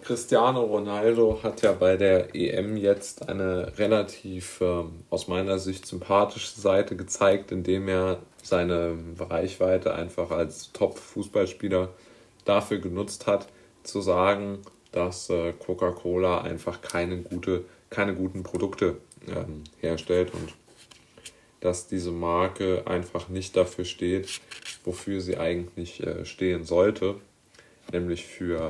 Cristiano Ronaldo hat ja bei der EM jetzt eine relativ aus meiner Sicht sympathische Seite gezeigt, indem er seine Reichweite einfach als Top-Fußballspieler dafür genutzt hat, zu sagen, dass Coca-Cola einfach keine guten Produkte herstellt und dass diese Marke einfach nicht dafür steht, wofür sie eigentlich stehen sollte, nämlich für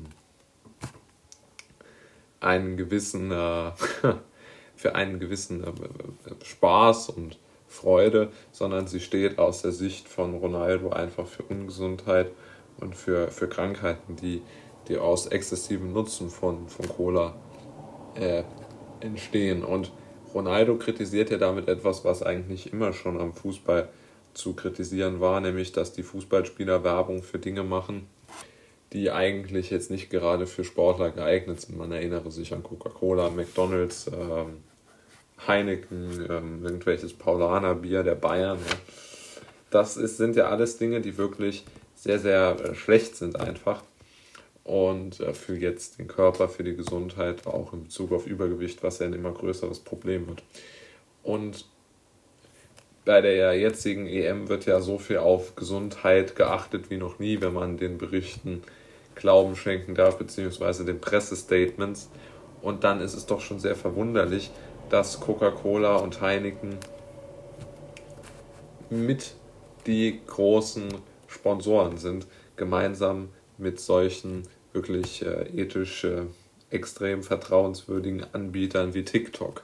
einen gewissen, für einen gewissen Spaß und Freude, sondern sie steht aus der Sicht von Ronaldo einfach für Ungesundheit und für Krankheiten, die aus exzessivem Nutzen von Cola entstehen. Und Ronaldo kritisiert ja damit etwas, was eigentlich immer schon am Fußball zu kritisieren war, nämlich dass die Fußballspieler Werbung für Dinge machen, die eigentlich jetzt nicht gerade für Sportler geeignet sind. Man erinnere sich an Coca-Cola, McDonald's, Heineken, irgendwelches Paulaner-Bier der Bayern. Ja. Sind ja alles Dinge, die wirklich sehr, sehr schlecht sind einfach. Und für jetzt den Körper, für die Gesundheit, auch in Bezug auf Übergewicht, was ja ein immer größeres Problem wird. Und bei der jetzigen EM wird ja so viel auf Gesundheit geachtet wie noch nie, wenn man den Berichten Glauben schenken darf, beziehungsweise den Pressestatements. Und dann ist es doch schon sehr verwunderlich, dass Coca-Cola und Heineken mit die großen Sponsoren sind, gemeinsam mit solchen wirklich ethisch extrem vertrauenswürdigen Anbietern wie TikTok.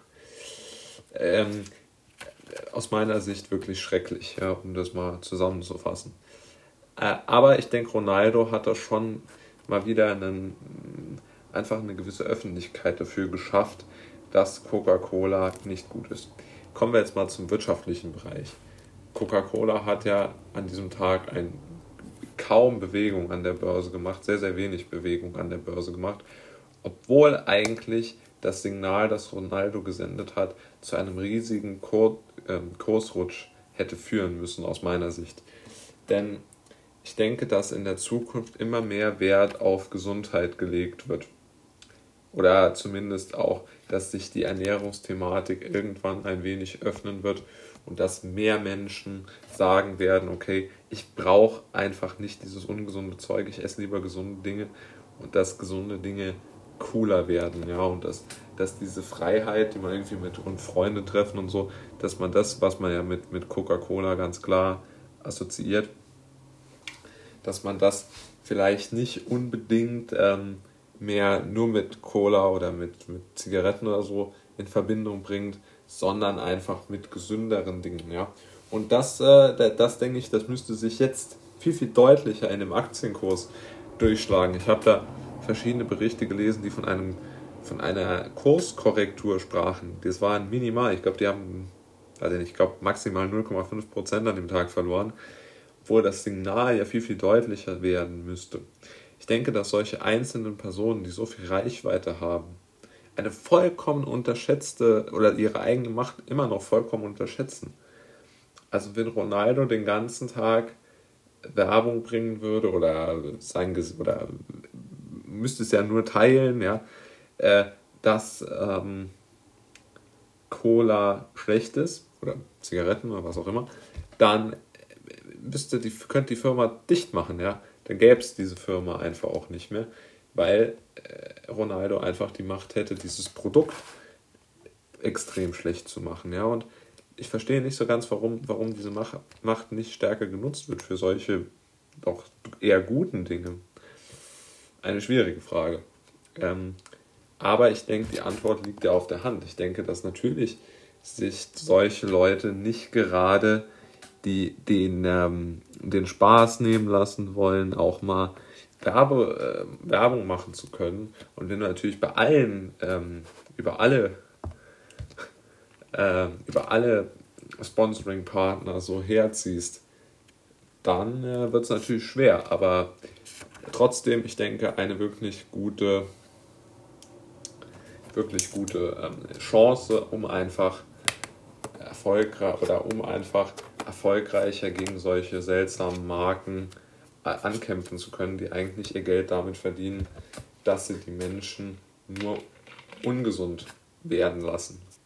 Aus meiner Sicht wirklich schrecklich, ja, um das mal zusammenzufassen. Aber ich denke, Ronaldo hat da schon mal wieder einfach eine gewisse Öffentlichkeit dafür geschafft, dass Coca-Cola nicht gut ist. Kommen wir jetzt mal zum wirtschaftlichen Bereich. Coca-Cola hat ja an diesem Tag kaum Bewegung an der Börse gemacht, sehr, sehr wenig Bewegung an der Börse gemacht, obwohl eigentlich das Signal, das Ronaldo gesendet hat, zu einem riesigen Kursrutsch hätte führen müssen, aus meiner Sicht. Denn ich denke, dass in der Zukunft immer mehr Wert auf Gesundheit gelegt wird. Oder zumindest auch, dass sich die Ernährungsthematik irgendwann ein wenig öffnen wird und dass mehr Menschen sagen werden, okay, ich brauche einfach nicht dieses ungesunde Zeug, ich esse lieber gesunde Dinge und dass gesunde Dinge cooler werden, ja, und dass diese Freiheit, die man irgendwie mit Freunden treffen und so, dass man das, was man ja mit Coca-Cola ganz klar assoziiert, dass man das vielleicht nicht unbedingt mehr nur mit Cola oder mit Zigaretten oder so in Verbindung bringt, sondern einfach mit gesünderen Dingen, ja. Und das denke ich, das müsste sich jetzt viel, viel deutlicher in dem Aktienkurs durchschlagen. Ich habe da verschiedene Berichte gelesen, die von einer Kurskorrektur sprachen. Das war minimal. Ich glaube, die haben maximal 0,5% an dem Tag verloren, obwohl das Signal ja viel, viel deutlicher werden müsste. Ich denke, dass solche einzelnen Personen, die so viel Reichweite haben, eine vollkommen unterschätzte oder ihre eigene Macht immer noch vollkommen unterschätzen. Also wenn Ronaldo den ganzen Tag Werbung bringen würde oder müsste es ja nur teilen, ja, dass Cola schlecht ist oder Zigaretten oder was auch immer, dann könnte die Firma dicht machen, ja. Dann gäbe es diese Firma einfach auch nicht mehr, weil Ronaldo einfach die Macht hätte, dieses Produkt extrem schlecht zu machen, ja. Und ich verstehe nicht so ganz, warum diese Macht nicht stärker genutzt wird für solche doch eher guten Dinge. Eine schwierige Frage. Aber ich denke, die Antwort liegt ja auf der Hand. Ich denke, dass natürlich sich solche Leute nicht gerade den Spaß nehmen lassen wollen, auch mal Werbung machen zu können. Und wenn du natürlich über alle Sponsoring-Partner so herziehst, dann wird es natürlich schwer. Aber trotzdem, ich denke, eine wirklich gute Chance, um einfach erfolgreicher gegen solche seltsamen Marken ankämpfen zu können, die eigentlich ihr Geld damit verdienen, dass sie die Menschen nur ungesund werden lassen.